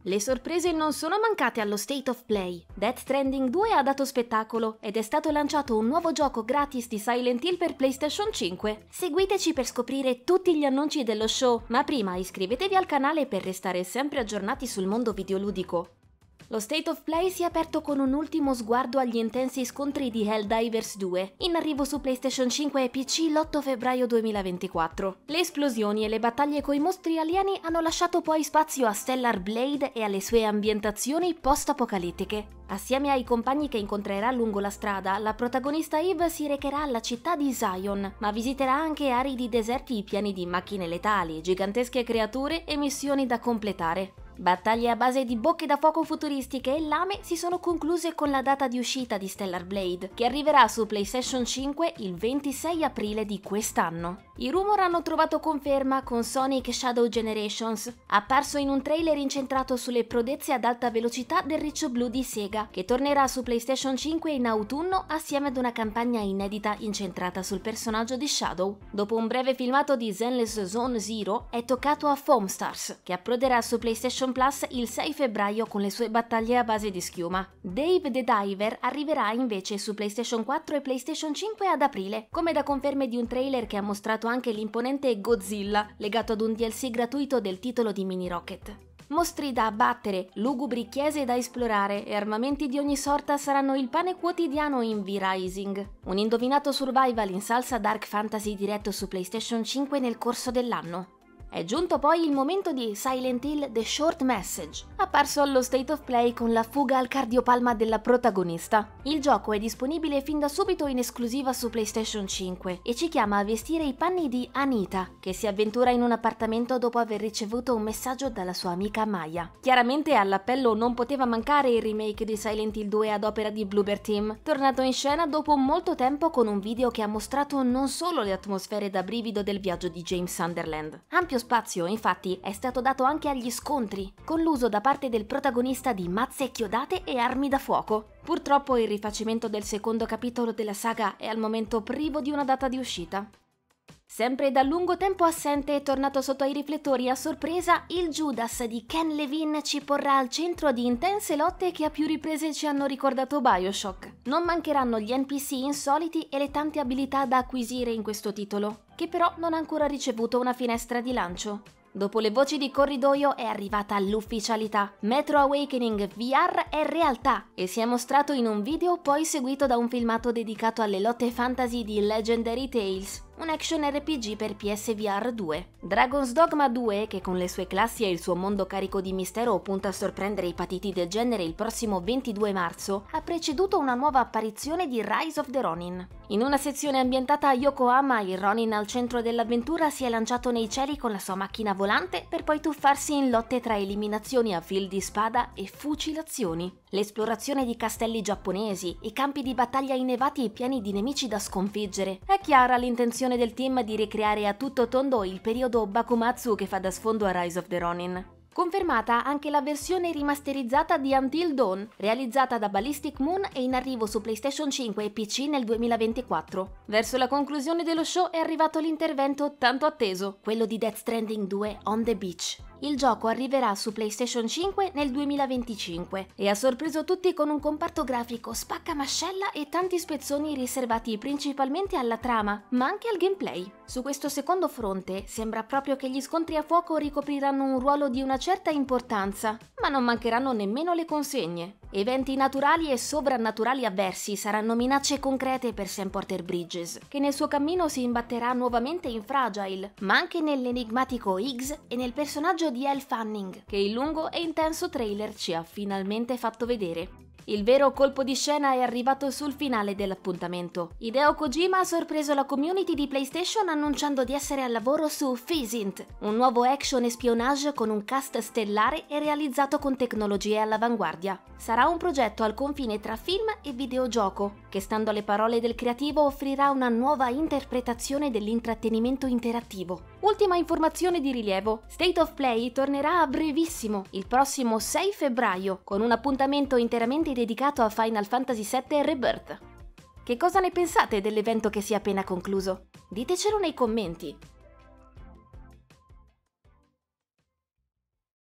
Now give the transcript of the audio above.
Le sorprese non sono mancate allo State of Play. Death Stranding 2 ha dato spettacolo ed è stato lanciato un nuovo gioco gratis di Silent Hill per PlayStation 5. Seguiteci per scoprire tutti gli annunci dello show, ma prima iscrivetevi al canale per restare sempre aggiornati sul mondo videoludico. Lo State of Play si è aperto con un ultimo sguardo agli intensi scontri di Helldivers 2, in arrivo su PlayStation 5 e PC l'8 febbraio 2024. Le esplosioni e le battaglie coi mostri alieni hanno lasciato poi spazio a Stellar Blade e alle sue ambientazioni post-apocalittiche. Assieme ai compagni che incontrerà lungo la strada, la protagonista Eve si recherà alla città di Zion, ma visiterà anche aridi deserti pieni di macchine letali, gigantesche creature e missioni da completare. Battaglie a base di bocche da fuoco futuristiche e lame si sono concluse con la data di uscita di Stellar Blade, che arriverà su PlayStation 5 il 26 aprile di quest'anno. I rumor hanno trovato conferma con Sonic Shadow Generations, apparso in un trailer incentrato sulle prodezze ad alta velocità del riccio blu di Sega, che tornerà su PlayStation 5 in autunno assieme ad una campagna inedita incentrata sul personaggio di Shadow. Dopo un breve filmato di Zenless Zone Zero, è toccato a Foam Stars, che approderà su PlayStation Plus il 6 febbraio con le sue battaglie a base di schiuma. Dave the Diver arriverà invece su PlayStation 4 e PlayStation 5 ad aprile, come da conferme di un trailer che ha mostrato anche l'imponente Godzilla, legato ad un DLC gratuito del titolo di Mini Rocket. Mostri da abbattere, lugubri chiese da esplorare e armamenti di ogni sorta saranno il pane quotidiano in V-Rising, un indovinato survival in salsa dark fantasy diretto su PlayStation 5 nel corso dell'anno. È giunto poi il momento di Silent Hill The Short Message, apparso allo State of Play con la fuga al cardiopalma della protagonista. Il gioco è disponibile fin da subito in esclusiva su PlayStation 5 e ci chiama a vestire i panni di Anita, che si avventura in un appartamento dopo aver ricevuto un messaggio dalla sua amica Maya. Chiaramente all'appello non poteva mancare il remake di Silent Hill 2 ad opera di Bloober Team, tornato in scena dopo molto tempo con un video che ha mostrato non solo le atmosfere da brivido del viaggio di James Sunderland. Ampio spazio, infatti, è stato dato anche agli scontri, con l'uso da parte del protagonista di mazze chiodate e armi da fuoco. Purtroppo il rifacimento del secondo capitolo della saga è al momento privo di una data di uscita. Sempre da lungo tempo assente è tornato sotto ai riflettori a sorpresa, il Judas di Ken Levine ci porrà al centro di intense lotte che a più riprese ci hanno ricordato BioShock. Non mancheranno gli NPC insoliti e le tante abilità da acquisire in questo titolo, che però non ha ancora ricevuto una finestra di lancio. Dopo le voci di corridoio è arrivata l'ufficialità. Metro Awakening VR è realtà e si è mostrato in un video poi seguito da un filmato dedicato alle lotte fantasy di Legendary Tales, un action RPG per PSVR 2. Dragon's Dogma 2, che con le sue classi e il suo mondo carico di mistero punta a sorprendere i patiti del genere il prossimo 22 marzo, ha preceduto una nuova apparizione di Rise of the Ronin. In una sezione ambientata a Yokohama, il Ronin al centro dell'avventura si è lanciato nei cieli con la sua macchina volante per poi tuffarsi in lotte tra eliminazioni a fil di spada e fucilazioni. L'esplorazione di castelli giapponesi, i campi di battaglia innevati pieni di nemici da sconfiggere. È chiara l'intenzione del team di ricreare a tutto tondo il periodo Bakumatsu che fa da sfondo a Rise of the Ronin. Confermata anche la versione rimasterizzata di Until Dawn, realizzata da Ballistic Moon e in arrivo su PlayStation 5 e PC nel 2024. Verso la conclusione dello show è arrivato l'intervento tanto atteso, quello di Death Stranding 2 On the Beach. Il gioco arriverà su PlayStation 5 nel 2025 e ha sorpreso tutti con un comparto grafico spaccamascella e tanti spezzoni riservati principalmente alla trama, ma anche al gameplay. Su questo secondo fronte sembra proprio che gli scontri a fuoco ricopriranno un ruolo di una certa importanza, ma non mancheranno nemmeno le consegne. Eventi naturali e sovrannaturali avversi saranno minacce concrete per Sam Porter Bridges, che nel suo cammino si imbatterà nuovamente in Fragile, ma anche nell'enigmatico Higgs e nel personaggio di Elle Fanning, che il lungo e intenso trailer ci ha finalmente fatto vedere. Il vero colpo di scena è arrivato sul finale dell'appuntamento. Hideo Kojima ha sorpreso la community di PlayStation annunciando di essere al lavoro su Physint, un nuovo action espionage con un cast stellare e realizzato con tecnologie all'avanguardia. Sarà un progetto al confine tra film e videogioco, che stando alle parole del creativo offrirà una nuova interpretazione dell'intrattenimento interattivo. Ultima informazione di rilievo: State of Play tornerà a brevissimo, il prossimo 6 febbraio, con un appuntamento interamente dedicato a Final Fantasy VII Rebirth. Che cosa ne pensate dell'evento che si è appena concluso? Ditecelo nei commenti.